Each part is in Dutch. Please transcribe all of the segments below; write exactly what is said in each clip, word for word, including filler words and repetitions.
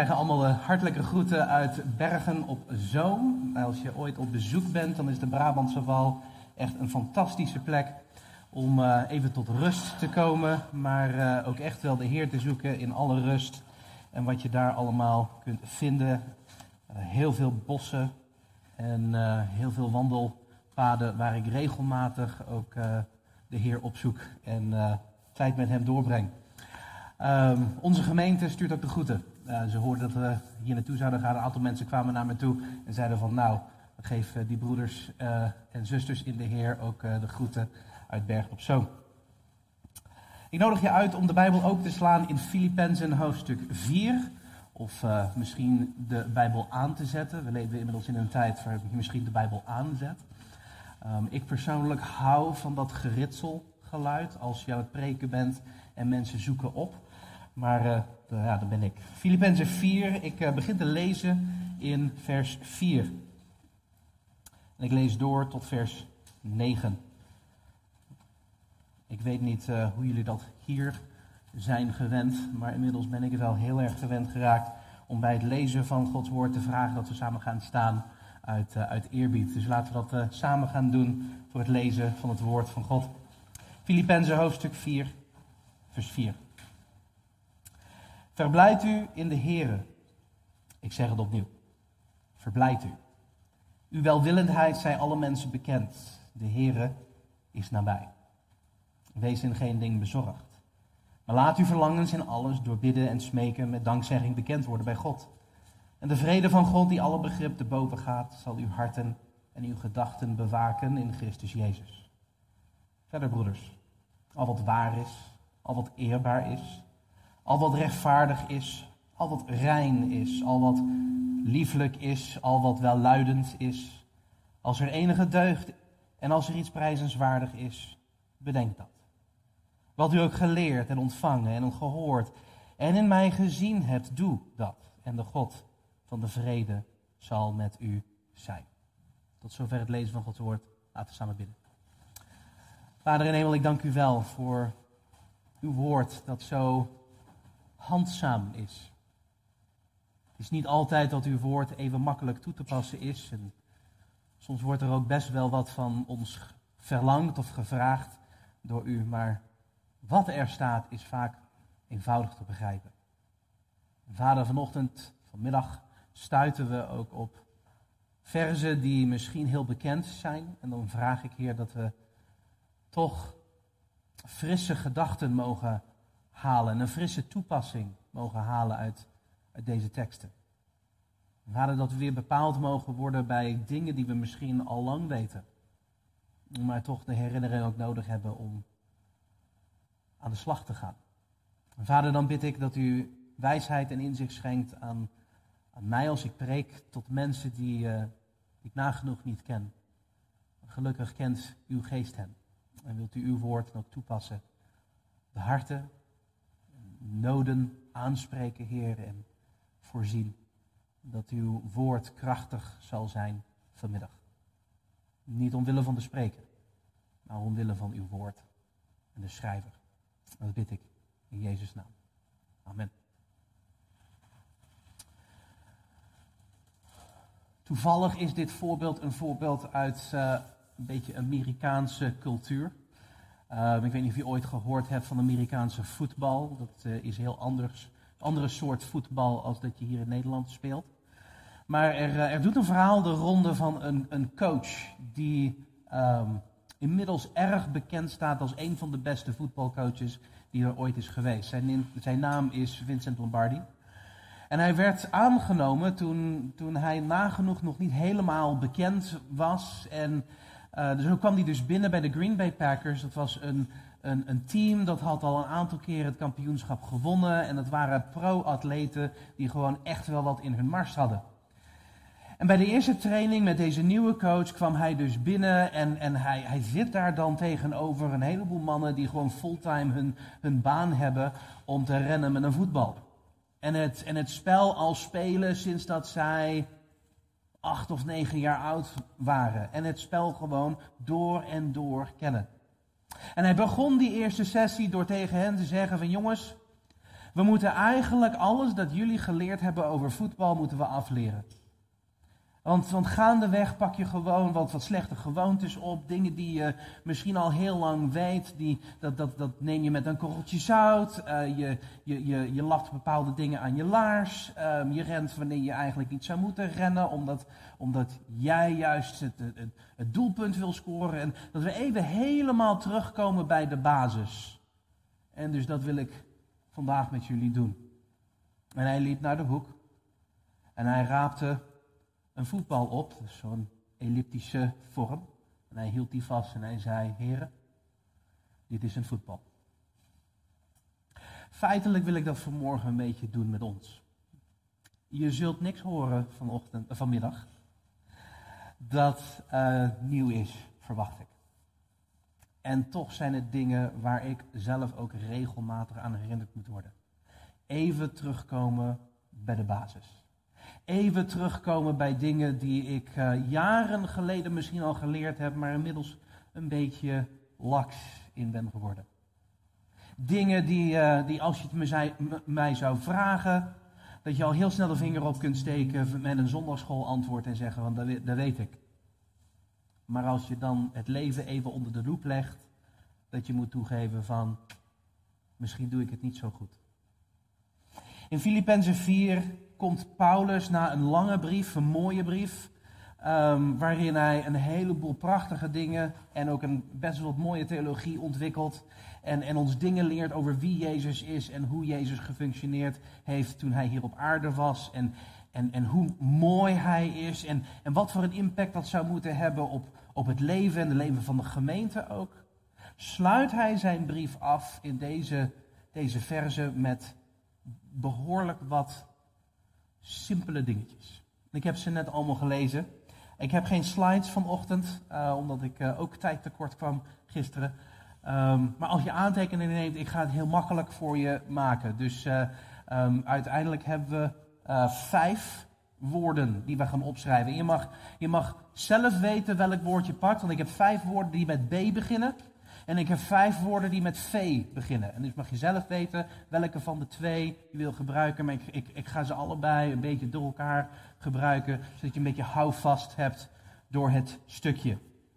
krijgen allemaal de hartelijke groeten uit Bergen op Zoom. Als je ooit op bezoek bent, dan is de Brabantse Wal echt een fantastische plek om uh, even tot rust te komen. Maar uh, ook echt wel de Heer te zoeken in alle rust. En wat je daar allemaal kunt vinden. Uh, heel veel bossen en uh, heel veel wandelpaden waar ik regelmatig ook uh, de Heer opzoek en uh, tijd met hem doorbreng. Um, onze gemeente stuurt ook de groeten. Uh, ze hoorden dat we hier naartoe zouden gaan. Een aantal mensen kwamen naar me toe en zeiden van nou, geef uh, die broeders uh, en zusters in de Heer ook uh, de groeten uit Bergen op Zoom. Ik nodig je uit om de Bijbel open te slaan in Filippenzen hoofdstuk vier. Of uh, misschien de Bijbel aan te zetten. We leven inmiddels in een tijd waar je misschien de Bijbel aanzet. Um, ik persoonlijk hou van dat geritselgeluid als je aan het preken bent en mensen zoeken op. Maar uh, de, ja, dat ben ik. Filippenzen vier, ik uh, begin te lezen in vers vier. En ik lees door tot vers negen. Ik weet niet uh, hoe jullie dat hier zijn gewend, maar inmiddels ben ik het wel heel erg gewend geraakt om bij het lezen van Gods woord te vragen dat we samen gaan staan uit, uh, uit eerbied. Dus laten we dat uh, samen gaan doen voor het lezen van het woord van God. Filippenzen hoofdstuk vier, vers vier. Verblijd u in de Here. Ik zeg het opnieuw. Verblijd u. Uw welwillendheid zij alle mensen bekend. De Here is nabij. Wees in geen ding bezorgd. Maar laat uw verlangens in alles door bidden en smeken met dankzegging bekend worden bij God. En de vrede van God die alle begrip te boven gaat, zal uw harten en uw gedachten bewaken in Christus Jezus. Verder broeders, al wat waar is, al wat eerbaar is, al wat rechtvaardig is, al wat rein is, al wat lieflijk is, al wat welluidend is, als er enige deugd en als er iets prijzenswaardig is, bedenk dat. Wat u ook geleerd en ontvangen en gehoord en in mij gezien hebt, doe dat. En de God van de vrede zal met u zijn. Tot zover het lezen van Gods woord. Laten we samen bidden. Vader in hemel, ik dank u wel voor uw woord dat zo handzaam is. Het is niet altijd dat uw woord even makkelijk toe te passen is. En soms wordt er ook best wel wat van ons verlangd of gevraagd door u. Maar wat er staat is vaak eenvoudig te begrijpen. Vader, vanochtend, vanmiddag stuiten we ook op verzen die misschien heel bekend zijn. En dan vraag ik, Heer, dat we toch frisse gedachten mogen halen. En een frisse toepassing mogen halen uit, uit deze teksten. Vader, dat we weer bepaald mogen worden bij dingen die we misschien al lang weten. Maar toch de herinnering ook nodig hebben om aan de slag te gaan. En Vader, dan bid ik dat u wijsheid en inzicht schenkt aan, aan mij als ik preek tot mensen die, uh, die ik nagenoeg niet ken. Gelukkig kent uw geest hen. En wilt u uw woord ook toepassen. De harten, noden aanspreken, Heer, en voorzien dat uw woord krachtig zal zijn vanmiddag. Niet omwille van de spreker, maar omwille van uw woord en de schrijver. En dat bid ik in Jezus' naam. Amen. Toevallig is dit voorbeeld een voorbeeld uit uh, een beetje Amerikaanse cultuur. Uh, ik weet niet of je ooit gehoord hebt van Amerikaanse voetbal. Dat uh, is een heel anders, andere soort voetbal als dat je hier in Nederland speelt. Maar er, uh, er doet een verhaal de ronde van een, een coach die um, inmiddels erg bekend staat als een van de beste voetbalcoaches die er ooit is geweest. Zijn, zijn naam is Vincent Lombardi. En hij werd aangenomen toen, toen hij nagenoeg nog niet helemaal bekend was. En uh, dus zo kwam hij dus binnen bij de Green Bay Packers. Dat was een, een, een team dat had al een aantal keren het kampioenschap gewonnen. En dat waren pro-atleten die gewoon echt wel wat in hun mars hadden. En bij de eerste training met deze nieuwe coach kwam hij dus binnen en, en hij, hij zit daar dan tegenover een heleboel mannen die gewoon fulltime hun, hun baan hebben om te rennen met een voetbal. En het, en het spel al spelen sinds dat zij acht of negen jaar oud waren. En het spel gewoon door en door kennen. En hij begon die eerste sessie door tegen hen te zeggen van jongens, We moeten eigenlijk alles dat jullie geleerd hebben over voetbal moeten we afleren. Want, want gaandeweg pak je gewoon wat, wat slechte gewoontes op. Dingen die je misschien al heel lang weet. Die, dat, dat, dat neem je met een korreltje zout. Uh, je, je, je, je lacht bepaalde dingen aan je laars. Um, je rent wanneer je eigenlijk niet zou moeten rennen. Omdat, omdat jij juist het, het, het doelpunt wil scoren. En dat we even helemaal terugkomen bij de basis. En dus dat wil ik vandaag met jullie doen. En hij liep naar de hoek. En hij raapte een voetbal op, dus zo'n elliptische vorm. En hij hield die vast en hij zei, heren, dit is een voetbal. Feitelijk wil ik dat vanmorgen een beetje doen met ons. Je zult niks horen vanochtend, uh, vanmiddag dat uh, nieuw is, verwacht ik. En toch zijn het dingen waar ik zelf ook regelmatig aan herinnerd moet worden. Even terugkomen bij de basis. Even terugkomen bij dingen die ik uh, jaren geleden misschien al geleerd heb, maar inmiddels een beetje laks in ben geworden. Dingen die, uh, die als je het me zei, m- mij zou vragen, dat je al heel snel de vinger op kunt steken met een zondagschoolantwoord en zeggen, want dat, we- dat weet ik. Maar als je dan het leven even onder de loep legt, dat je moet toegeven van, misschien doe ik het niet zo goed. In Filippenzen vier komt Paulus na een lange brief, een mooie brief, um, waarin hij een heleboel prachtige dingen en ook een best wel wat mooie theologie ontwikkelt en, en ons dingen leert over wie Jezus is en hoe Jezus gefunctioneerd heeft toen hij hier op aarde was en, en, en hoe mooi hij is en, en wat voor een impact dat zou moeten hebben op, op het leven en het leven van de gemeente ook. Sluit hij zijn brief af in deze, deze verse met behoorlijk wat simpele dingetjes. Ik heb ze net allemaal gelezen. Ik heb geen slides vanochtend, uh, omdat ik uh, ook tijd tekort kwam gisteren. Um, maar als je aantekeningen neemt, ik ga het heel makkelijk voor je maken. Dus uh, um, uiteindelijk hebben we uh, vijf woorden die we gaan opschrijven. En je mag, je mag zelf weten welk woord je pakt, want ik heb vijf woorden die met B beginnen. En ik heb vijf woorden die met V beginnen. En dus mag je zelf weten welke van de twee je wil gebruiken. Maar ik, ik, ik ga ze allebei een beetje door elkaar gebruiken. Zodat je een beetje houvast hebt door het stukje.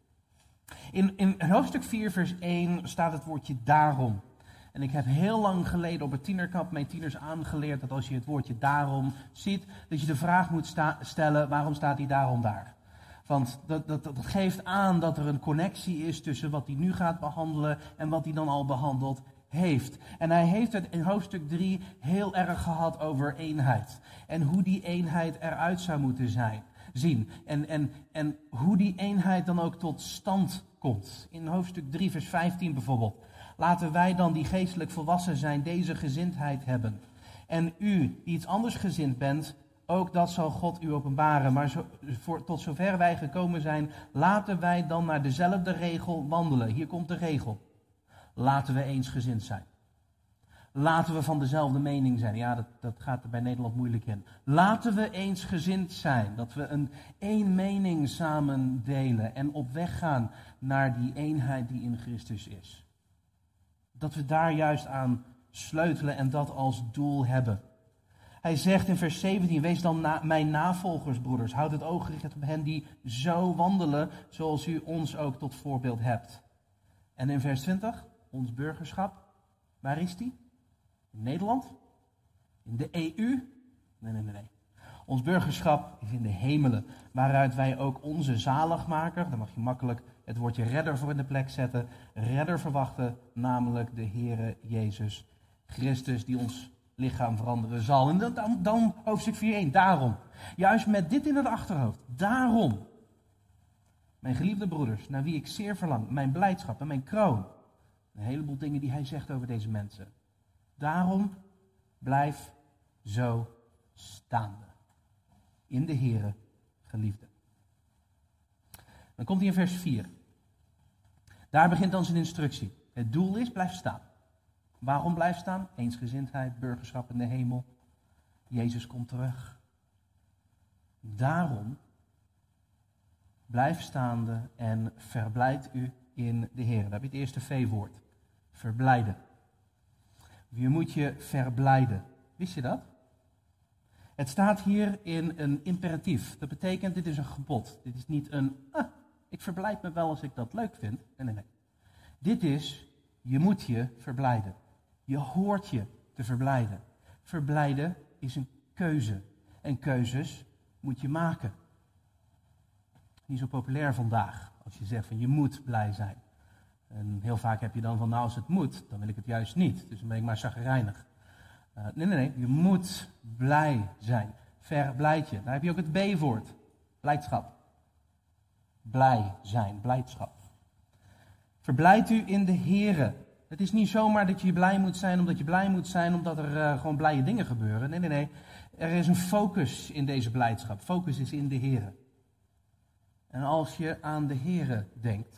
In, in hoofdstuk vier vers één staat het woordje daarom. En ik heb heel lang geleden op het tienerkamp mijn tieners aangeleerd dat als je het woordje daarom ziet, dat je de vraag moet sta- stellen, waarom staat die daarom daar? Want dat, dat, dat geeft aan dat er een connectie is tussen wat hij nu gaat behandelen en wat hij dan al behandeld heeft. En hij heeft het in hoofdstuk drie heel erg gehad over eenheid. En hoe die eenheid eruit zou moeten zijn, zien. En, en, en hoe die eenheid dan ook tot stand komt. In hoofdstuk drie vers vijftien bijvoorbeeld. Laten wij dan die geestelijk volwassen zijn, deze gezindheid hebben. En u, die iets anders gezind bent, ook dat zal God u openbaren. Maar zo, voor, tot zover wij gekomen zijn, laten wij dan naar dezelfde regel wandelen. Hier komt de regel. Laten we eensgezind zijn. Laten we van dezelfde mening zijn. Ja, dat, dat gaat er bij Nederland moeilijk in. Laten we eensgezind zijn. Dat we een één mening samen delen. En op weg gaan naar die eenheid die in Christus is. Dat we daar juist aan sleutelen en dat als doel hebben. Hij zegt in vers zeventien, wees dan na, mijn navolgers, broeders. Houd het oog gericht op hen die zo wandelen, zoals u ons ook tot voorbeeld hebt. En in vers twintig, ons burgerschap, waar is die? In Nederland? In de E U? Nee, nee, nee, nee. Ons burgerschap is in de hemelen, waaruit wij ook onze zaligmaker, daar mag je makkelijk het woordje redder voor in de plek zetten, redder verwachten, namelijk de Heere Jezus Christus, die ons lichaam veranderen zal. En dan, dan hoofdstuk vier één, daarom. Juist met dit in het achterhoofd. Daarom. Mijn geliefde broeders, naar wie ik zeer verlang, mijn blijdschap en mijn kroon. Een heleboel dingen die hij zegt over deze mensen. Daarom blijf zo staande. In de Heere, geliefde. Dan komt hij in vers vier. Daar begint dan zijn instructie. Het doel is, blijf staan. Waarom blijf staan? Eensgezindheid, burgerschap in de hemel. Jezus komt terug. Daarom blijf staande en verblijd u in de Heer. Daar heb je het eerste V-woord. Verblijden. Je moet je verblijden. Wist je dat? Het staat hier in een imperatief. Dat betekent, dit is een gebod. Dit is niet een, ah, ik verblijd me wel als ik dat leuk vind. Nee, nee, nee. Dit is, je moet je verblijden. Je hoort je te verblijden. Verblijden is een keuze. En keuzes moet je maken. Niet zo populair vandaag, als je zegt van je moet blij zijn. En heel vaak heb je dan van, nou als het moet, dan wil ik het juist niet. Dus dan ben ik maar chagrijnig. Uh, nee, nee, nee, je moet blij zijn. Verblijd je. Daar heb je ook het B-woord. Blijdschap. Blij zijn, blijdschap. Verblijd u in de Here. Het is niet zomaar dat je blij moet zijn omdat je blij moet zijn omdat er uh, gewoon blije dingen gebeuren. Nee, nee, nee. Er is een focus in deze blijdschap. Focus is in de Here. En als je aan de Here denkt,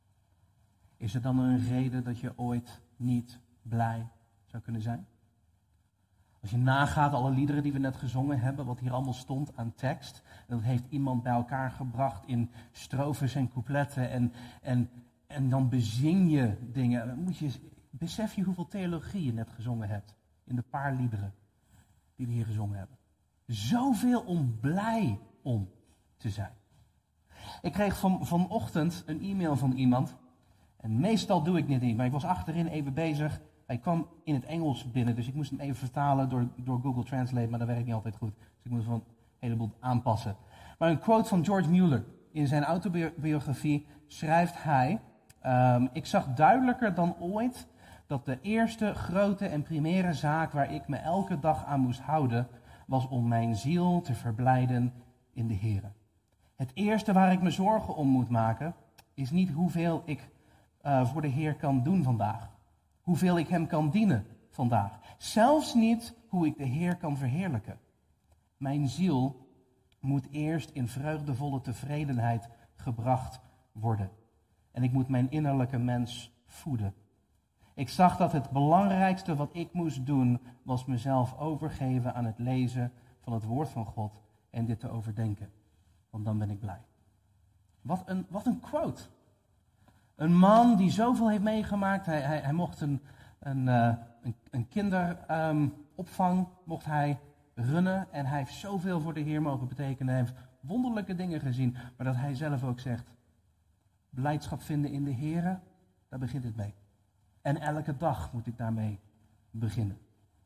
is er dan een reden dat je ooit niet blij zou kunnen zijn? Als je nagaat alle liederen die we net gezongen hebben, wat hier allemaal stond aan tekst, en dat heeft iemand bij elkaar gebracht in strofes en coupletten en, en, en dan bezing je dingen. Dan moet je, besef je hoeveel theologie je net gezongen hebt in de paar liederen die we hier gezongen hebben. Zoveel om blij om te zijn. Ik kreeg van, vanochtend een e-mail van iemand. En meestal doe ik dit niet, maar ik was achterin even bezig. Hij kwam in het Engels binnen, dus ik moest hem even vertalen door, door Google Translate, maar dat werkt niet altijd goed. Dus ik moest van een heleboel aanpassen. Maar een quote van George Mueller. In zijn autobiografie schrijft hij, um, ik zag duidelijker dan ooit dat de eerste grote en primaire zaak waar ik me elke dag aan moest houden, was om mijn ziel te verblijden in de Here. Het eerste waar ik me zorgen om moet maken, is niet hoeveel ik uh, voor de Heer kan doen vandaag. Hoeveel ik hem kan dienen vandaag. Zelfs niet hoe ik de Heer kan verheerlijken. Mijn ziel moet eerst in vreugdevolle tevredenheid gebracht worden. En ik moet mijn innerlijke mens voeden. Ik zag dat het belangrijkste wat ik moest doen, was mezelf overgeven aan het lezen van het woord van God en dit te overdenken. Want dan ben ik blij. Wat een, wat een quote. Een man die zoveel heeft meegemaakt. Hij, hij, hij mocht een, een, uh, een, een kinderopvang um, mocht hij runnen. En hij heeft zoveel voor de Heer mogen betekenen. Hij heeft wonderlijke dingen gezien. Maar dat hij zelf ook zegt. Blijdschap vinden in de Heer, daar begint het mee. En elke dag moet ik daarmee beginnen.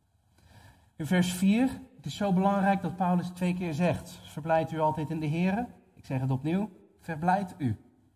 In vers vier, het is zo belangrijk dat Paulus twee keer zegt. Verblijdt u altijd in de Heer. Ik zeg het opnieuw. Verblijd u.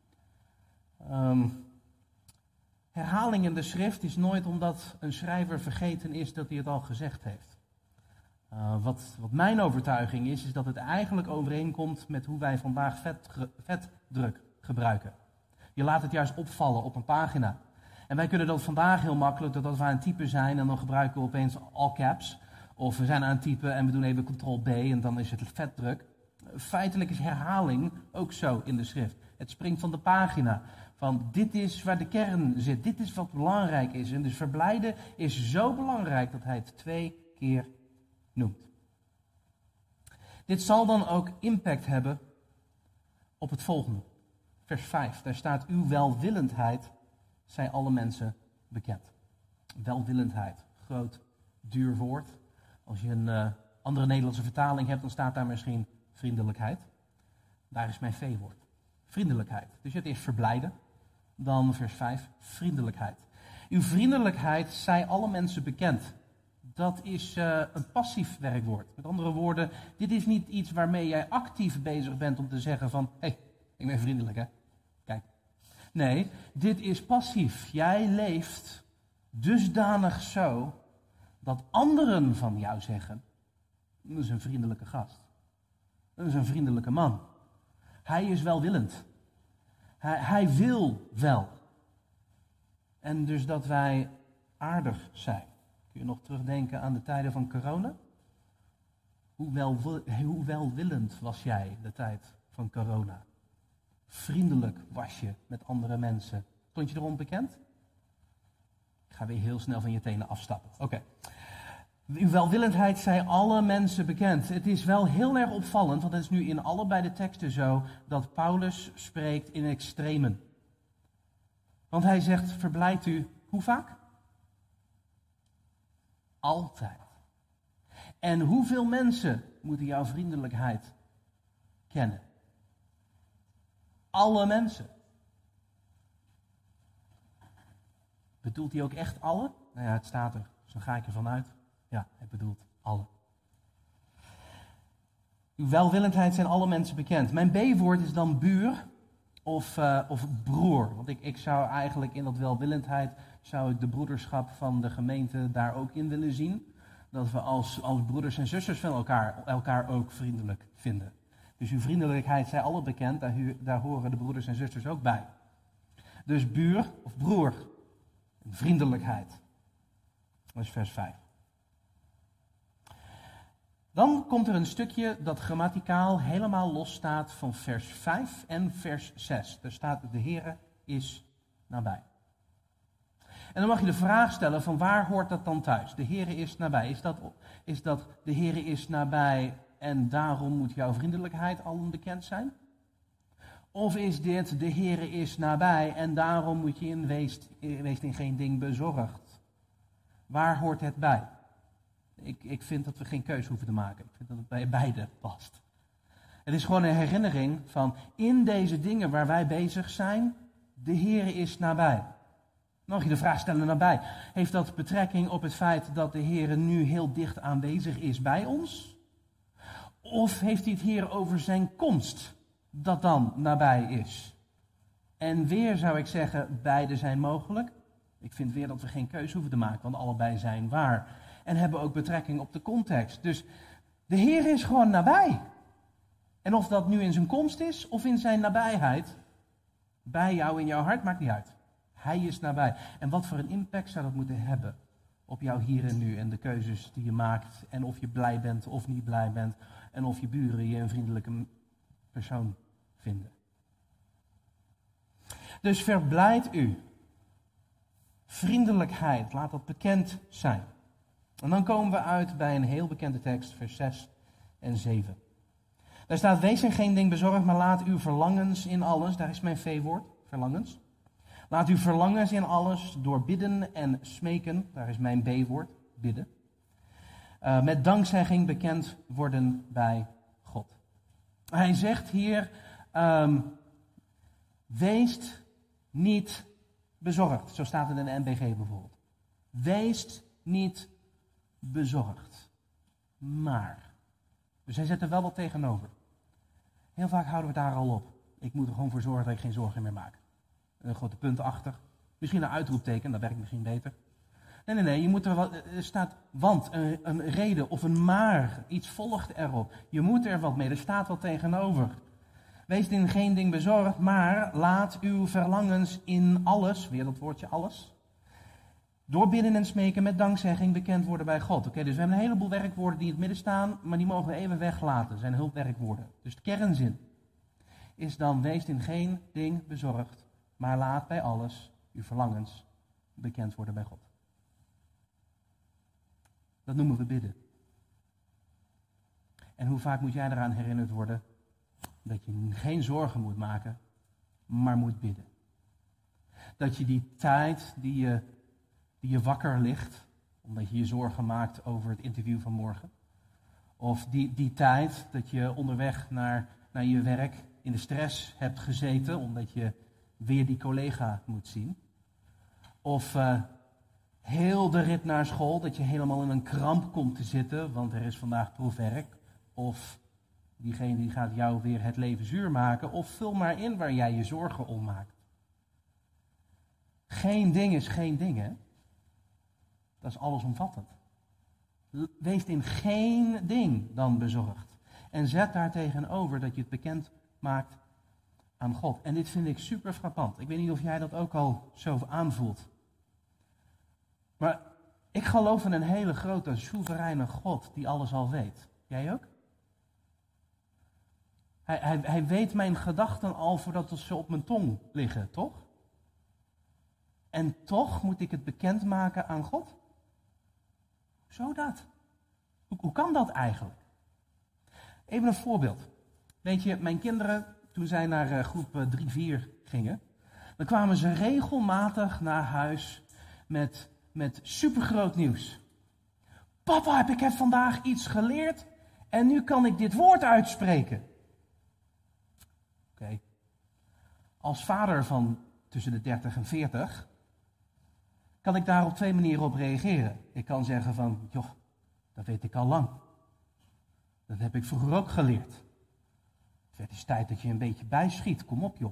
Um, herhaling in de schrift is nooit omdat een schrijver vergeten is dat hij het al gezegd heeft. Uh, wat, wat mijn overtuiging is, is dat het eigenlijk overeenkomt met hoe wij vandaag vet, vetdruk gebruiken. Je laat het juist opvallen op een pagina. En wij kunnen dat vandaag heel makkelijk, doordat we aan het typen zijn en dan gebruiken we opeens all caps. Of we zijn aan het typen en we doen even control B en dan is het vetdruk. Feitelijk is herhaling ook zo in de schrift. Het springt van de pagina. Van dit is waar de kern zit. Dit is wat belangrijk is. En dus verblijden is zo belangrijk dat hij het twee keer noemt. Dit zal dan ook impact hebben op het volgende. Vers vijf. Daar staat uw welwillendheid zijn alle mensen bekend. Welwillendheid. Groot, duur woord. Als je een uh, andere Nederlandse vertaling hebt, dan staat daar misschien vriendelijkheid. Daar is mijn V-woord. Vriendelijkheid. Dus je hebt eerst verblijden. Dan vers vijf, vriendelijkheid. Uw vriendelijkheid zij alle mensen bekend. Dat is uh, een passief werkwoord. Met andere woorden, dit is niet iets waarmee jij actief bezig bent om te zeggen van, hé, hey, ik ben vriendelijk hè. Kijk. Nee, dit is passief. Jij leeft dusdanig zo dat anderen van jou zeggen, dat is een vriendelijke gast. Dat is een vriendelijke man. Hij is welwillend. Hij, hij wil wel. En dus dat wij aardig zijn. Kun je nog terugdenken aan de tijden van corona? Hoe, wel, hoe welwillend was jij de tijd van corona? Vriendelijk was je met andere mensen. Stond je erom bekend? Ik ga weer heel snel van je tenen afstappen. Oké. Okay. Uw welwillendheid zijn alle mensen bekend. Het is wel heel erg opvallend, want het is nu in allebei de teksten zo, dat Paulus spreekt in extremen. Want hij zegt, verblijdt u, hoe vaak? Altijd. En hoeveel mensen moeten jouw vriendelijkheid kennen? Alle mensen. Bedoelt hij ook echt alle? Nou ja, het staat er. Dus dan ga ik ervan uit. Ja, hij bedoelt alle. Uw welwillendheid zijn alle mensen bekend. Mijn B-woord is dan buur of, uh, of broer. Want ik, ik zou eigenlijk in dat welwillendheid, zou ik de broederschap van de gemeente daar ook in willen zien. Dat we als, als broeders en zusters van elkaar, elkaar ook vriendelijk vinden. Dus uw vriendelijkheid zijn alle bekend, daar, daar horen de broeders en zusters ook bij. Dus buur of broer, vriendelijkheid. Dat is vers vijf. Dan komt er een stukje dat grammaticaal helemaal los staat van vers vijf en vers zes. Daar staat: de Heere is nabij. En dan mag je de vraag stellen van waar hoort dat dan thuis? De Heere is nabij. Is dat, is dat de Heere is nabij en daarom moet jouw vriendelijkheid allen bekend zijn? Of is dit de Heere is nabij en daarom moet je in weest, weest in geen ding bezorgd? Waar hoort het bij? Ik, ik vind dat we geen keuze hoeven te maken. Ik vind dat het bij beide past. Het is gewoon een herinnering van in deze dingen waar wij bezig zijn, de Heere is nabij. Dan mag je de vraag stellen nabij. Heeft dat betrekking op het feit dat de Heere nu heel dicht aanwezig is bij ons? Of heeft hij het hier over zijn komst dat dan nabij is? En weer zou ik zeggen, beide zijn mogelijk. Ik vind weer dat we geen keuze hoeven te maken, want allebei zijn waar. En hebben ook betrekking op de context. Dus de Heer is gewoon nabij. En of dat nu in zijn komst is of in zijn nabijheid, bij jou in jouw hart, maakt niet uit. Hij is nabij. En wat voor een impact zou dat moeten hebben op jou hier en nu en de keuzes die je maakt en of je blij bent of niet blij bent en of je buren je een vriendelijke persoon vinden. Dus verblijd u. Vriendelijkheid, laat dat bekend zijn. En dan komen we uit bij een heel bekende tekst, vers zes en zeven. Daar staat: wees in geen ding bezorgd, maar laat uw verlangens in alles, daar is mijn V-woord, verlangens. Laat uw verlangens in alles door bidden en smeken, daar is mijn B-woord, bidden. Uh, met dankzegging bekend worden bij God. Hij zegt hier, um, wees niet bezorgd. Zo staat het in de N B G bijvoorbeeld. Wees niet bezorgd. Maar. Dus hij zet er wel wat tegenover. Heel vaak houden we daar al op. Ik moet er gewoon voor zorgen dat ik geen zorgen meer maak. Een grote punt achter. Misschien een uitroepteken, dat werkt misschien beter. Nee, nee, nee, je moet er wat, er staat want, een, een reden of een maar. Iets volgt erop. Je moet er wat mee, er staat wat tegenover. Wees in geen ding bezorgd, maar laat uw verlangens in alles, weer dat woordje alles, door bidden en smeken met dankzegging bekend worden bij God. Oké, okay, dus we hebben een heleboel werkwoorden die in het midden staan, maar die mogen we even weglaten. Dat zijn hulpwerkwoorden. Dus de kernzin is dan: wees in geen ding bezorgd, maar laat bij alles uw verlangens bekend worden bij God. Dat noemen we bidden. En hoe vaak moet jij eraan herinnerd worden dat je geen zorgen moet maken, maar moet bidden. Dat je die tijd die je, die je wakker ligt, omdat je je zorgen maakt over het interview van morgen. Of die, die tijd dat je onderweg naar, naar je werk in de stress hebt gezeten, omdat je weer die collega moet zien. Of uh, heel de rit naar school, dat je helemaal in een kramp komt te zitten, want er is vandaag proefwerk. Of diegene die gaat jou weer het leven zuur maken. Of vul maar in waar jij je zorgen om maakt. Geen ding is geen ding, hè? Dat is allesomvattend. Wees in geen ding dan bezorgd. En zet daar tegenover dat je het bekend maakt aan God. En dit vind ik super frappant. Ik weet niet of jij dat ook al zo aanvoelt. Maar ik geloof in een hele grote, soevereine God die alles al weet. Jij ook? Hij, hij, hij weet mijn gedachten al voordat ze op mijn tong liggen, toch? En toch moet ik het bekendmaken aan God? Zo dat. Hoe, hoe kan dat eigenlijk? Even een voorbeeld. Weet je, mijn kinderen, toen zij naar uh, groep drie vier gingen, dan kwamen ze regelmatig naar huis met, met supergroot nieuws. Papa, heb ik heb vandaag iets geleerd en nu kan ik dit woord uitspreken. Oké. Okay. Als vader van tussen de dertig en veertig kan ik daar op twee manieren op reageren. Ik kan zeggen van, joh, dat weet ik al lang. Dat heb ik vroeger ook geleerd. Het is tijd dat je een beetje bijschiet, kom op joh.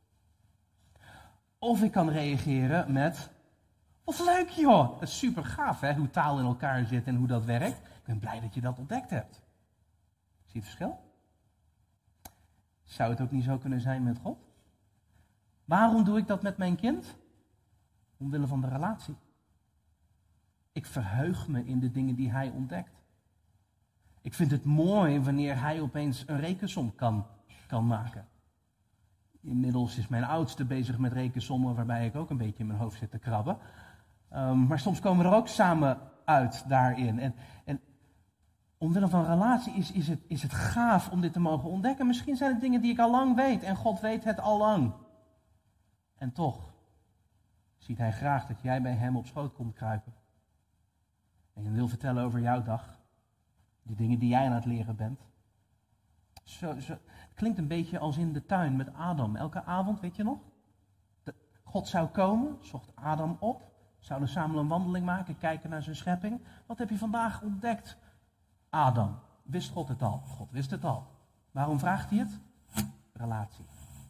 Of ik kan reageren met, wat leuk joh, dat is super gaaf hè, hoe taal in elkaar zit en hoe dat werkt. Ik ben blij dat je dat ontdekt hebt. Zie je het verschil? Zou het ook niet zo kunnen zijn met God? Waarom doe ik dat met mijn kind? Omwille van de relatie. Ik verheug me in de dingen die hij ontdekt. Ik vind het mooi wanneer hij opeens een rekensom kan, kan maken. Inmiddels is mijn oudste bezig met rekensommen waarbij ik ook een beetje in mijn hoofd zit te krabben. Um, maar soms komen we er ook samen uit daarin. En, en omwille van relatie is, is, het, is het gaaf om dit te mogen ontdekken. Misschien zijn het dingen die ik al lang weet en God weet het al lang. En toch ziet hij graag dat jij bij hem op schoot komt kruipen. En je wil vertellen over jouw dag. De dingen die jij aan het leren bent. Zo, zo, het klinkt een beetje als in de tuin met Adam. Elke avond, weet je nog? De, God zou komen, zocht Adam op. Zouden samen een wandeling maken, kijken naar zijn schepping. Wat heb je vandaag ontdekt, Adam? Wist God het al? God wist het al. Waarom vraagt hij het? Relatie.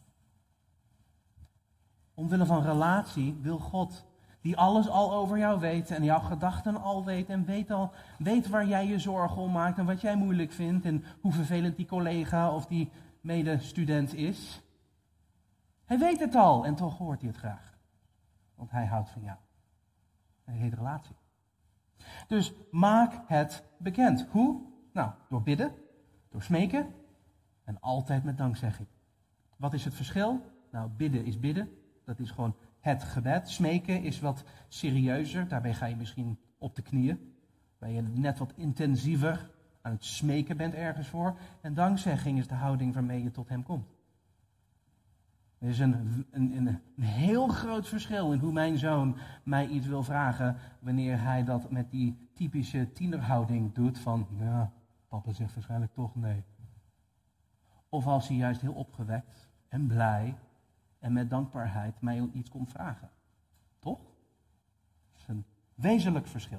Omwille van relatie wil God, die alles al over jou weet en jouw gedachten al weet en weet al, weet waar jij je zorgen om maakt en wat jij moeilijk vindt en hoe vervelend die collega of die medestudent is. Hij weet het al en toch hoort hij het graag. Want hij houdt van jou. Hij heet relatie. Dus maak het bekend. Hoe? Nou, door bidden, door smeken en altijd met dankzegging. Wat is het verschil? Nou, bidden is bidden. Dat is gewoon het gebed. Smeken is wat serieuzer. Daarbij ga je misschien op de knieën. Waar je net wat intensiever aan het smeken bent ergens voor. En dankzegging is de houding waarmee je tot hem komt. Er is een, een, een, een heel groot verschil in hoe mijn zoon mij iets wil vragen. Wanneer hij dat met die typische tienerhouding doet van, ja, papa zegt waarschijnlijk toch nee. Of als hij juist heel opgewekt en blij en met dankbaarheid mij iets komt vragen. Toch? Dat is een wezenlijk verschil.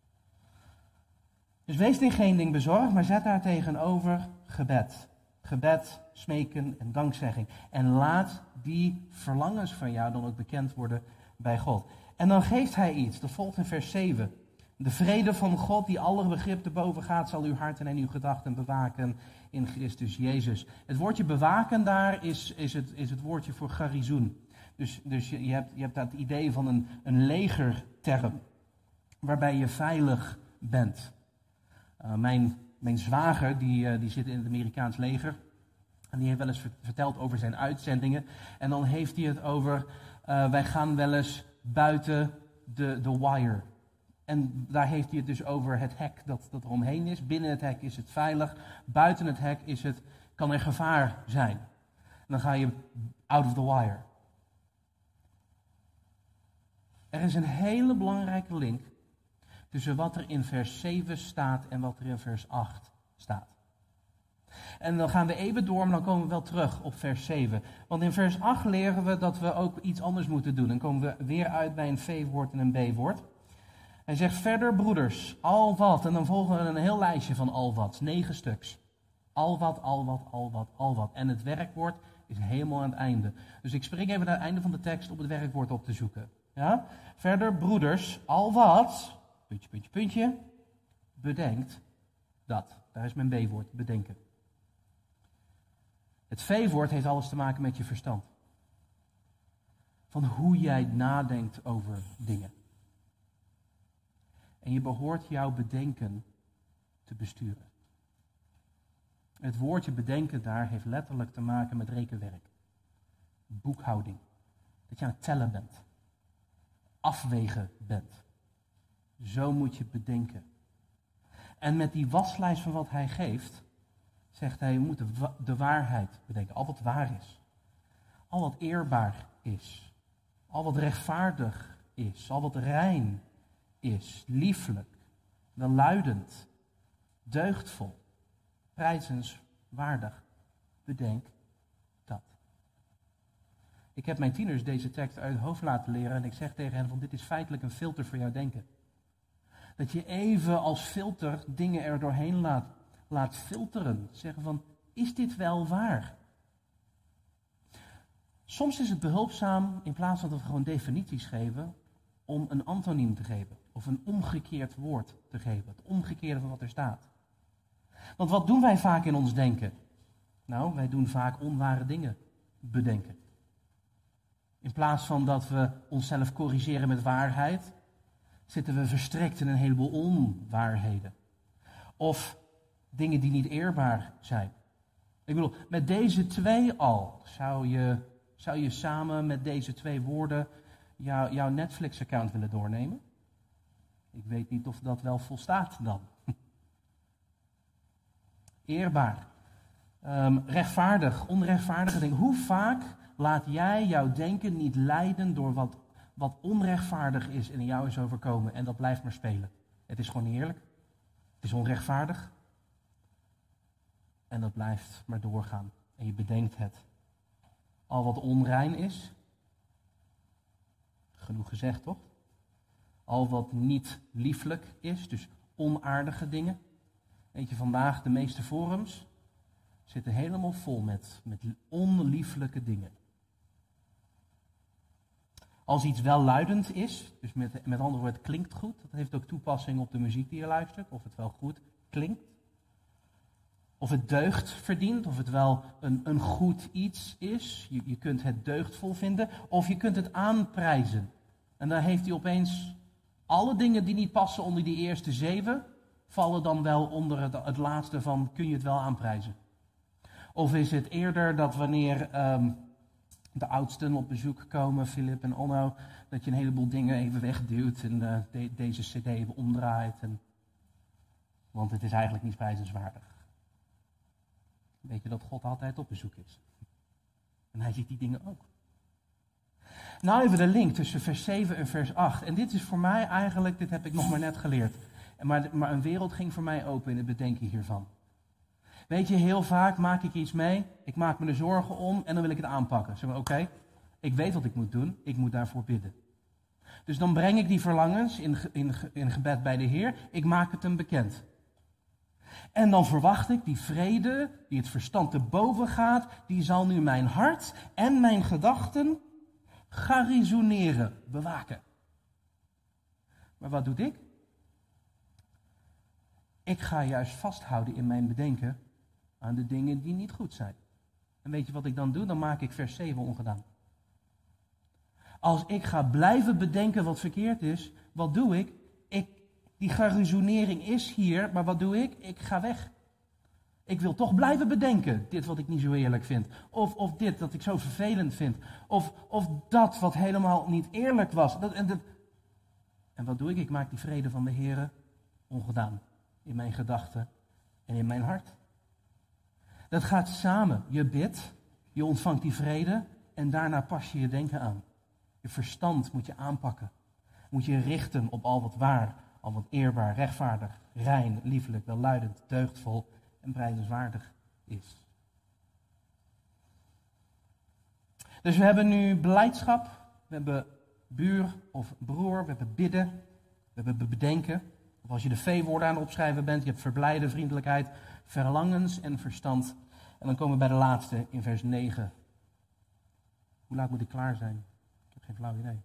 Dus wees in geen ding bezorgd, maar zet daar tegenover gebed. Gebed, smeken en dankzegging. En laat die verlangens van jou dan ook bekend worden bij God. En dan geeft hij iets. Dat volgt in vers zeven. De vrede van God die alle begrip te boven gaat, zal uw harten en uw gedachten bewaken in Christus Jezus. Het woordje bewaken daar is, is, het, is het woordje voor garizoen. Dus, dus je, je, hebt, je hebt dat idee van een, een legerterm, waarbij je veilig bent. Uh, mijn, mijn zwager, die, uh, die zit in het Amerikaans leger. En die heeft wel eens verteld over zijn uitzendingen. En dan heeft hij het over, uh, wij gaan wel eens buiten de, de wire. En daar heeft hij het dus over het hek dat, dat er omheen is. Binnen het hek is het veilig. Buiten het hek is het, kan er gevaar zijn. En dan ga je out of the wire. Er is een hele belangrijke link tussen wat er in vers zeven staat en wat er in vers acht staat. En dan gaan we even door, maar dan komen we wel terug op vers zeven. Want in vers acht leren we dat we ook iets anders moeten doen. Dan komen we weer uit bij een V-woord en een B-woord. Hij zegt verder, broeders, al wat. En dan volgen we een heel lijstje van al wat, negen stuks. Al wat, al wat, al wat, al wat. En het werkwoord is helemaal aan het einde. Dus ik spring even naar het einde van de tekst om het werkwoord op te zoeken. Ja? Verder, broeders, al wat, puntje, puntje, puntje, bedenkt dat. Daar is mijn B-woord, bedenken. Het V-woord heeft alles te maken met je verstand. Van hoe jij nadenkt over dingen. En je behoort jouw bedenken te besturen. Het woordje bedenken daar heeft letterlijk te maken met rekenwerk. Boekhouding. Dat je aan het tellen bent. Afwegen bent. Zo moet je bedenken. En met die waslijst van wat hij geeft, zegt hij, je moet de, wa- de waarheid bedenken. Al wat waar is. Al wat eerbaar is. Al wat rechtvaardig is. Al wat rein is. Lieflijk. welluidend, deugdvol, prijzenswaardig. Bedenk dat. Ik heb mijn tieners deze tekst uit het hoofd laten leren en ik zeg tegen hen van dit is feitelijk een filter voor jouw denken. Dat je even als filter dingen er doorheen laat, laat filteren. Zeggen van, is dit wel waar? Soms is het behulpzaam, in plaats van dat we gewoon definities geven, om een antoniem te geven. Of een omgekeerd woord te geven. Het omgekeerde van wat er staat. Want wat doen wij vaak in ons denken? Nou, wij doen vaak onware dingen bedenken. In plaats van dat we onszelf corrigeren met waarheid, zitten we verstrikt in een heleboel onwaarheden. Of dingen die niet eerbaar zijn. Ik bedoel, met deze twee al zou je, zou je samen met deze twee woorden jou, jouw Netflix-account willen doornemen? Ik weet niet of dat wel volstaat dan. Eerbaar. Um, rechtvaardig, onrechtvaardige dingen. Hoe vaak laat jij jouw denken niet leiden door wat, wat onrechtvaardig is en in jou is overkomen en dat blijft maar spelen? Het is gewoon niet eerlijk. Het is onrechtvaardig. En dat blijft maar doorgaan. En je bedenkt het. Al wat onrein is, genoeg gezegd toch? Al wat niet lieflijk is, dus onaardige dingen. Weet je, vandaag de meeste forums zitten helemaal vol met, met onlieflijke dingen. Als iets welluidend is, dus met, met andere woorden, het klinkt goed. Dat heeft ook toepassing op de muziek die je luistert, of het wel goed klinkt. Of het deugd verdient, of het wel een, een goed iets is. Je, je kunt het deugdvol vinden, of je kunt het aanprijzen. En dan heeft hij opeens alle dingen die niet passen onder die eerste zeven, vallen dan wel onder het, het laatste van, kun je het wel aanprijzen? Of is het eerder dat wanneer um, de oudsten op bezoek komen, Philip en Onno, dat je een heleboel dingen even wegduwt en uh, de, deze cd even omdraait. En, want het is eigenlijk niet prijzenswaardig. Weet je dat God altijd op bezoek is? En hij ziet die dingen ook. Nou even de link tussen vers zeven en vers acht. En dit is voor mij eigenlijk, dit heb ik nog maar net geleerd. Maar, maar een wereld ging voor mij open in het bedenken hiervan. Weet je, heel vaak maak ik iets mee, ik maak me er zorgen om en dan wil ik het aanpakken. Zeg maar, oké, okay, ik weet wat ik moet doen, ik moet daarvoor bidden. Dus dan breng ik die verlangens in, in, in gebed bij de Heer, ik maak het hem bekend. En dan verwacht ik die vrede, die het verstand te boven gaat, die zal nu mijn hart en mijn gedachten garisoneren, bewaken. Maar wat doe ik? Ik ga juist vasthouden in mijn bedenken aan de dingen die niet goed zijn. En weet je wat ik dan doe? Dan maak ik vers zeven ongedaan. Als ik ga blijven bedenken wat verkeerd is, wat doe ik? Ik die garisonering is hier, maar wat doe ik? Ik ga weg. Ik wil toch blijven bedenken, dit wat ik niet zo eerlijk vind. Of, of dit dat ik zo vervelend vind. Of, of dat wat helemaal niet eerlijk was. Dat, en, dat... en wat doe ik? Ik maak die vrede van de Heere ongedaan. In mijn gedachten en in mijn hart. Dat gaat samen. Je bidt, je ontvangt die vrede en daarna pas je je denken aan. Je verstand moet je aanpakken. Moet je richten op al wat waar, al wat eerbaar, rechtvaardig, rein, liefelijk, welluidend, deugdvol en prijzenswaardig is. Dus we hebben nu beleidschap, we hebben buur of broer, we hebben bidden, we hebben bedenken. Of als je de V-woorden aan het opschrijven bent, je hebt verblijden, vriendelijkheid, verlangens en verstand. En dan komen we bij de laatste in vers negen. Hoe laat moet ik klaar zijn? Ik heb geen flauw idee.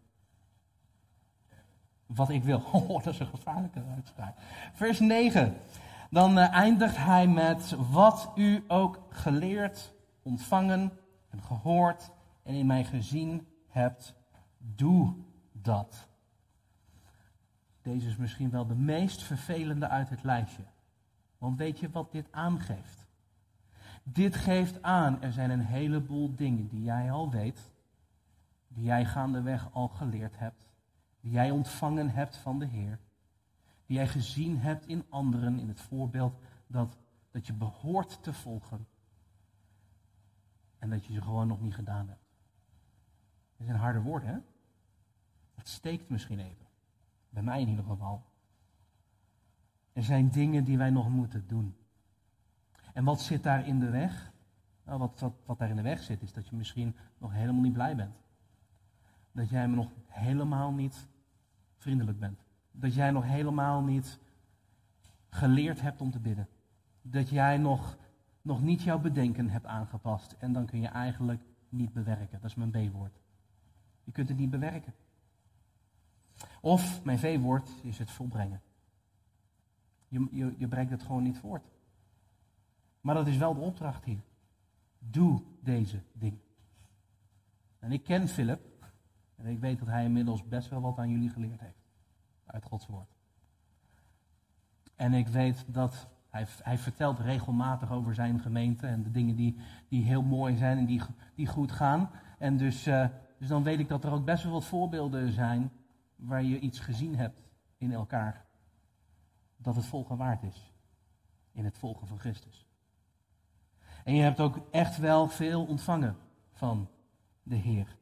Wat ik wil. Oh, dat is een gevaarlijke uitspraak. Vers negen. Dan uh, eindigt hij met wat u ook geleerd, ontvangen en gehoord en in mij gezien hebt, doe dat. Deze is misschien wel de meest vervelende uit het lijstje. Want weet je wat dit aangeeft? Dit geeft aan, er zijn een heleboel dingen die jij al weet, die jij gaandeweg al geleerd hebt, die jij ontvangen hebt van de Heer, die jij gezien hebt in anderen, in het voorbeeld dat, dat je behoort te volgen en dat je ze gewoon nog niet gedaan hebt. Dat is een harde woord, hè? Het steekt misschien even. Bij mij in ieder geval. Er zijn dingen die wij nog moeten doen. En wat zit daar in de weg? Nou, wat, wat, wat daar in de weg zit, is dat je misschien nog helemaal niet blij bent. Dat jij nog helemaal niet vriendelijk bent. Dat jij nog helemaal niet geleerd hebt om te bidden. Dat jij nog, nog niet jouw bedenken hebt aangepast. En dan kun je eigenlijk niet bewerken. Dat is mijn B-woord. Je kunt het niet bewerken. Of, mijn V-woord is het volbrengen. Je, je, je brengt het gewoon niet voort. Maar dat is wel de opdracht hier. Doe deze dingen. En ik ken Philip. En ik weet dat hij inmiddels best wel wat aan jullie geleerd heeft. Uit Gods woord. En ik weet dat hij, hij vertelt regelmatig over zijn gemeente. En de dingen die, die heel mooi zijn en die, die goed gaan. En dus, uh, dus dan weet ik dat er ook best wel wat voorbeelden zijn. Waar je iets gezien hebt in elkaar. Dat het volgen waard is. In het volgen van Christus. En je hebt ook echt wel veel ontvangen van de Heer.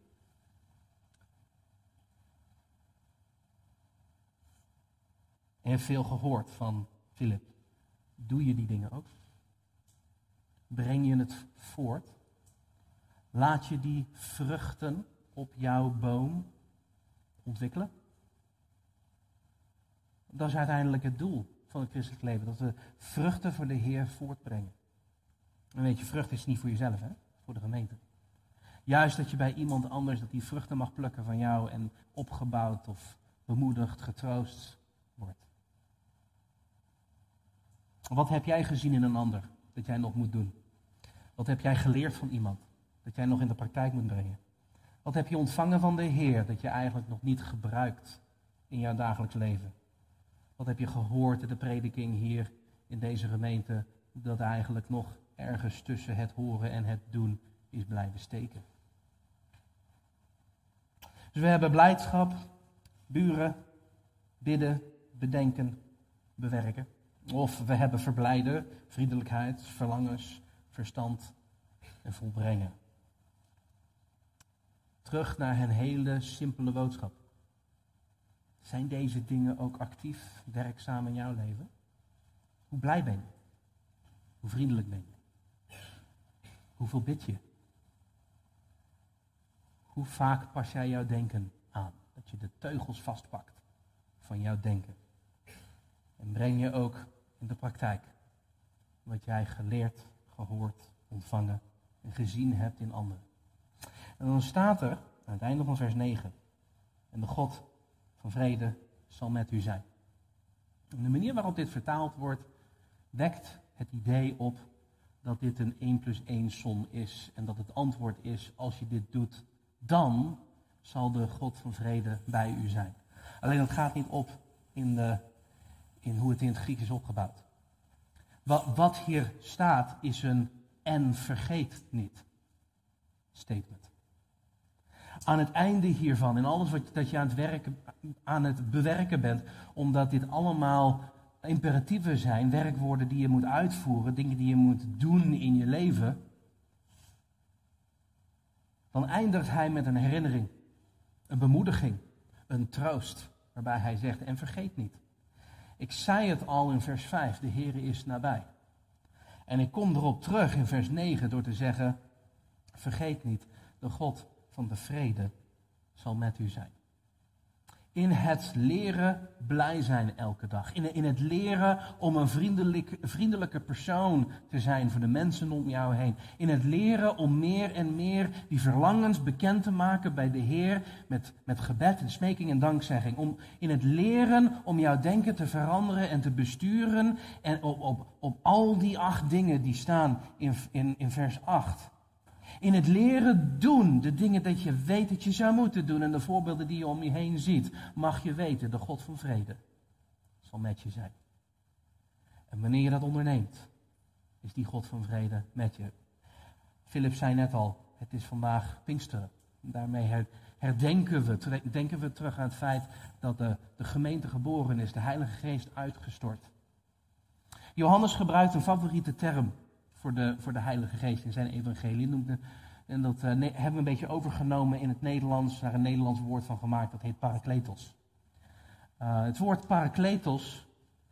En je hebt veel gehoord van Philip. Doe je die dingen ook? Breng je het voort? Laat je die vruchten op jouw boom ontwikkelen? Dat is uiteindelijk het doel van het christelijk leven. Dat we vruchten voor de Heer voortbrengen. En weet je, vrucht is niet voor jezelf, hè? Voor de gemeente. Juist dat je bij iemand anders, dat die vruchten mag plukken van jou en opgebouwd of bemoedigd, getroost wordt. Wat heb jij gezien in een ander dat jij nog moet doen? Wat heb jij geleerd van iemand dat jij nog in de praktijk moet brengen? Wat heb je ontvangen van de Heer dat je eigenlijk nog niet gebruikt in jouw dagelijks leven? Wat heb je gehoord in de prediking hier in deze gemeente dat eigenlijk nog ergens tussen het horen en het doen is blijven steken? Dus we hebben blijdschap, buren, bidden, bedenken, bewerken. Of we hebben verblijden, vriendelijkheid, verlangens, verstand en volbrengen. Terug naar een hele simpele boodschap. Zijn deze dingen ook actief, werkzaam in jouw leven? Hoe blij ben je? Hoe vriendelijk ben je? Hoeveel bid je? Hoe vaak pas jij jouw denken aan? Dat je de teugels vastpakt van jouw denken. En breng je ook in de praktijk wat jij geleerd, gehoord, ontvangen en gezien hebt in anderen. En dan staat er aan het einde van vers negen. En de God van vrede zal met u zijn. En de manier waarop dit vertaald wordt, wekt het idee op dat dit een één plus één som is. En dat het antwoord is, als je dit doet, dan zal de God van vrede bij u zijn. Alleen dat gaat niet op in, de, in hoe het in het Grieks is opgebouwd. Wat, wat hier staat is een en vergeet niet statement. Aan het einde hiervan, in alles wat dat je aan het, werken, aan het bewerken bent, omdat dit allemaal imperatieven zijn, werkwoorden die je moet uitvoeren, dingen die je moet doen in je leven, dan eindigt hij met een herinnering, een bemoediging, een troost, waarbij hij zegt, en vergeet niet. Ik zei het al in vers vijf, de Heere is nabij. En ik kom erop terug in vers negen door te zeggen, vergeet niet, de God van de vrede zal met u zijn. In het leren blij zijn elke dag. In, in het leren om een vriendelijk, vriendelijke persoon te zijn voor de mensen om jou heen. In het leren om meer en meer die verlangens bekend te maken bij de Heer met, met gebed en smeking en dankzegging. Om, in het leren om jouw denken te veranderen en te besturen. En op, op, op al die acht dingen die staan in, in, in vers acht. In het leren doen, de dingen dat je weet dat je zou moeten doen en de voorbeelden die je om je heen ziet, mag je weten, de God van vrede zal met je zijn. En wanneer je dat onderneemt, is die God van vrede met je. Philip zei net al, het is vandaag Pinksteren. Daarmee herdenken we, denken we terug aan het feit dat de, de gemeente geboren is, de Heilige Geest uitgestort. Johannes gebruikt een favoriete term voor de, voor de Heilige Geest in zijn evangelie. Noemde, en dat uh, ne- hebben we een beetje overgenomen in het Nederlands, daar een Nederlands woord van gemaakt, dat heet parakletos. Uh, het woord parakletos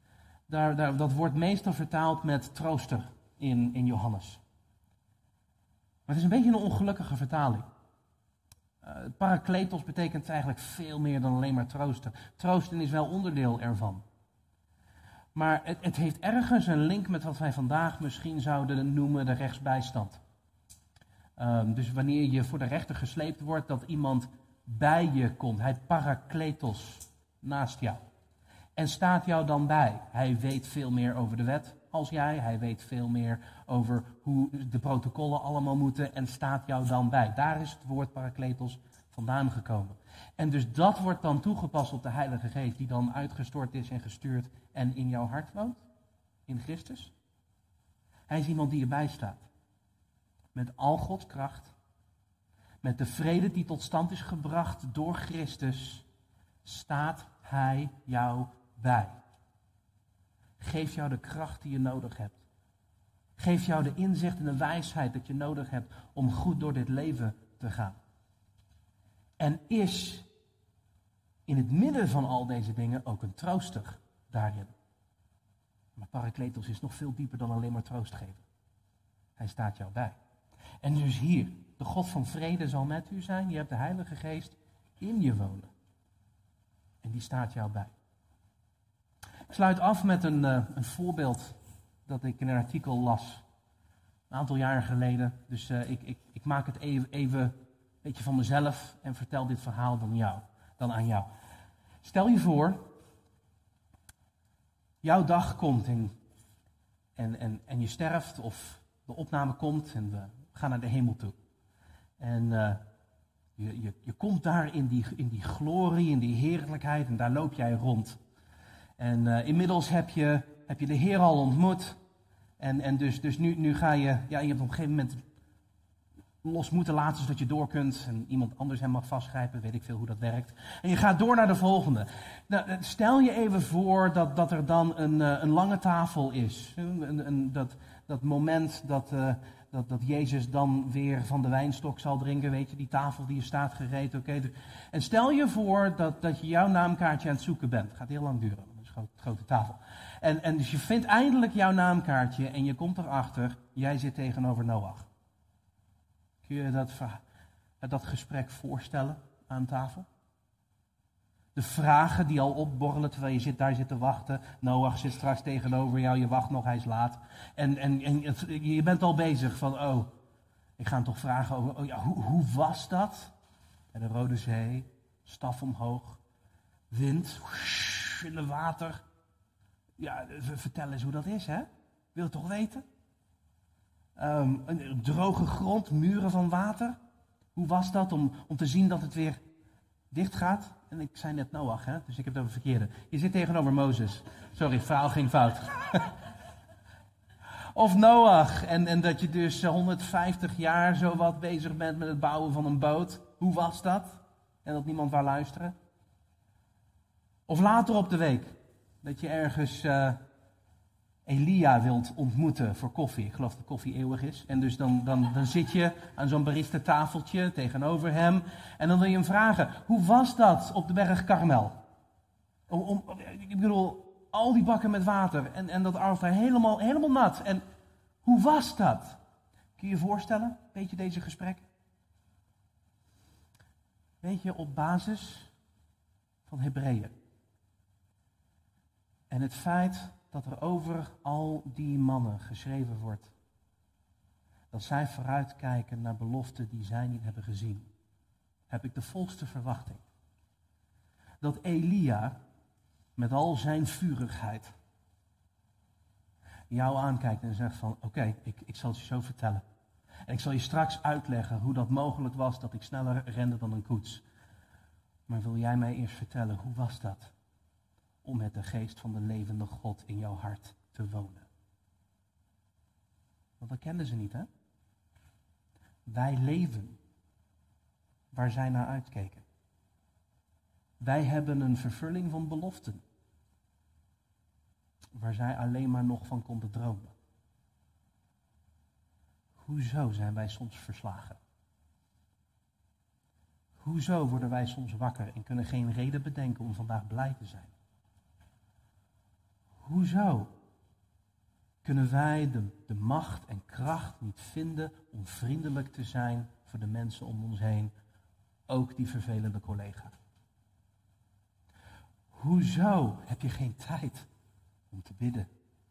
daar, daar, dat wordt meestal vertaald met trooster in, in Johannes. Maar het is een beetje een ongelukkige vertaling. Uh, parakletos betekent eigenlijk veel meer dan alleen maar troosten. Troosten is wel onderdeel ervan. Maar het, het heeft ergens een link met wat wij vandaag misschien zouden noemen de rechtsbijstand. Um, dus wanneer je voor de rechter gesleept wordt, dat iemand bij je komt. Hij parakletos naast jou. En staat jou dan bij. Hij weet veel meer over de wet als jij. Hij weet veel meer over hoe de protocollen allemaal moeten en staat jou dan bij. Daar is het woord parakletos vandaan gekomen. En dus dat wordt dan toegepast op de Heilige Geest die dan uitgestort is en gestuurd en in jouw hart woont. In Christus. Hij is iemand die erbij staat. Met al Gods kracht. Met de vrede die tot stand is gebracht door Christus. Staat hij jou bij. Geeft jou de kracht die je nodig hebt. Geeft jou de inzicht en de wijsheid dat je nodig hebt om goed door dit leven te gaan. En is in het midden van al deze dingen ook een trooster daarin. Maar Parakletos is nog veel dieper dan alleen maar troost geven. Hij staat jou bij. En dus hier, de God van vrede zal met u zijn. Je hebt de Heilige Geest in je wonen. En die staat jou bij. Ik sluit af met een, uh, een voorbeeld dat ik in een artikel las. Een aantal jaren geleden. Dus uh, ik, ik, ik maak het even, even een beetje van mezelf en vertel dit verhaal dan, jou, dan aan jou. Stel je voor, jouw dag komt en, en, en, en je sterft of de opname komt en we gaan naar de hemel toe. En uh, je, je, je komt daar in die, in die glorie, in die heerlijkheid en daar loop jij rond. En uh, inmiddels heb je, heb je de Heer al ontmoet. En, en dus, dus nu, nu ga je, ja, je hebt op een gegeven moment los moeten laten zodat je door kunt. En iemand anders hem mag vastgrijpen, weet ik veel hoe dat werkt. En je gaat door naar de volgende. Nou, stel je even voor dat, dat er dan een, een lange tafel is. Een, een, dat, dat moment dat, uh, dat, dat Jezus dan weer van de wijnstok zal drinken. Weet je, die tafel die er staat gereed. Okay. En stel je voor dat, dat je jouw naamkaartje aan het zoeken bent. Het gaat heel lang duren. Grote, grote tafel. En, en dus je vindt eindelijk jouw naamkaartje en je komt erachter, jij zit tegenover Noach. Kun je dat, dat gesprek voorstellen aan tafel? De vragen die al opborrelen terwijl je zit, daar zit te wachten. Noach zit straks tegenover jou, je wacht nog, hij is laat. En, en, en je bent al bezig van, oh, ik ga hem toch vragen over, oh ja, hoe, hoe was dat? En de Rode Zee, staf omhoog, wind, in het water. Ja, vertel eens hoe dat is, hè? Wil je het toch weten? Um, een droge grond, muren van water. Hoe was dat om, om te zien dat het weer dicht gaat? En ik zei net Noach, hè? Dus ik heb het over verkeerde. Je zit tegenover Mozes. Sorry, het verhaal ging fout. Of Noach. En, en dat je dus honderdvijftig jaar zo wat bezig bent met het bouwen van een boot. Hoe was dat? En dat niemand wou luisteren. Of later op de week, dat je ergens uh, Elia wilt ontmoeten voor koffie. Ik geloof dat koffie eeuwig is. En dus dan, dan, dan zit je aan zo'n barista tafeltje tegenover hem. En dan wil je hem vragen, hoe was dat op de berg Karmel? Om, om, ik bedoel, al die bakken met water en, en dat altaar helemaal, helemaal nat. En hoe was dat? Kun je je voorstellen, een beetje deze gesprekken? Weet je, op basis van Hebreeën. En het feit dat er over al die mannen geschreven wordt. Dat zij vooruitkijken naar beloften die zij niet hebben gezien. Heb ik de volste verwachting. Dat Elia met al zijn vurigheid jou aankijkt en zegt van oké, okay, ik, ik zal het je zo vertellen. En ik zal je straks uitleggen hoe dat mogelijk was dat ik sneller rende dan een koets. Maar wil jij mij eerst vertellen, hoe was dat? Om met de geest van de levende God in jouw hart te wonen. Want dat kenden ze niet, hè? Wij leven waar zij naar uitkeken. Wij hebben een vervulling van beloften. Waar zij alleen maar nog van konden dromen. Hoezo zijn wij soms verslagen? Hoezo worden wij soms wakker en kunnen geen reden bedenken om vandaag blij te zijn? Hoezo kunnen wij de, de macht en kracht niet vinden om vriendelijk te zijn voor de mensen om ons heen, ook die vervelende collega? Hoezo heb je geen tijd om te bidden?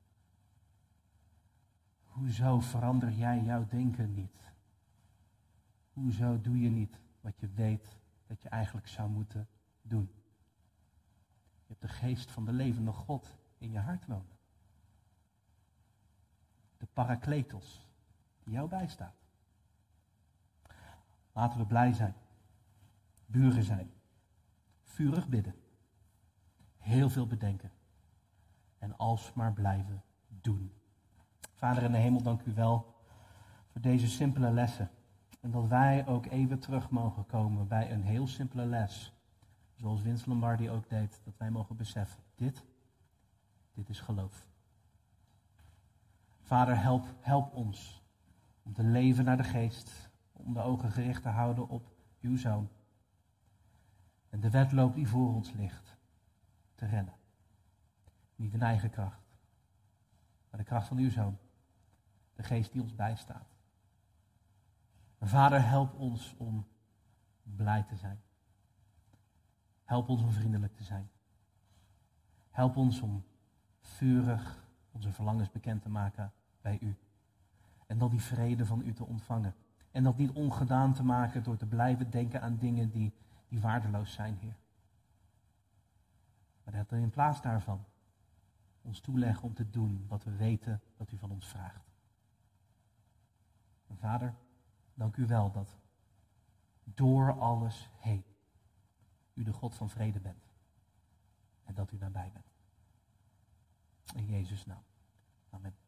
Hoezo verander jij jouw denken niet? Hoezo doe je niet wat je weet dat je eigenlijk zou moeten doen? Je hebt de geest van de levende God in je hart wonen. De Parakletos die jou bijstaat. Laten we blij zijn. Buren zijn. Vurig bidden. Heel veel bedenken. En alsmaar blijven doen. Vader in de hemel, dank u wel voor deze simpele lessen. En dat wij ook even terug mogen komen bij een heel simpele les. Zoals Vince Lombardi ook deed. Dat wij mogen beseffen. Dit, dit is geloof. Vader, help, help ons om te leven naar de geest. Om de ogen gericht te houden op uw zoon. En de wedloop die voor ons ligt. Te rennen. Niet in eigen kracht. Maar de kracht van uw zoon. De geest die ons bijstaat. En Vader, help ons om blij te zijn. Help ons om vriendelijk te zijn. Help ons om vurig onze verlangens bekend te maken bij u. En dan die vrede van u te ontvangen. En dat niet ongedaan te maken door te blijven denken aan dingen die, die waardeloos zijn, Heer. Maar dat we in plaats daarvan ons toeleggen om te doen wat we weten dat u van ons vraagt. En Vader, dank u wel dat door alles heen u de God van vrede bent. En dat u nabij bent. In Jezus' naam. Amen.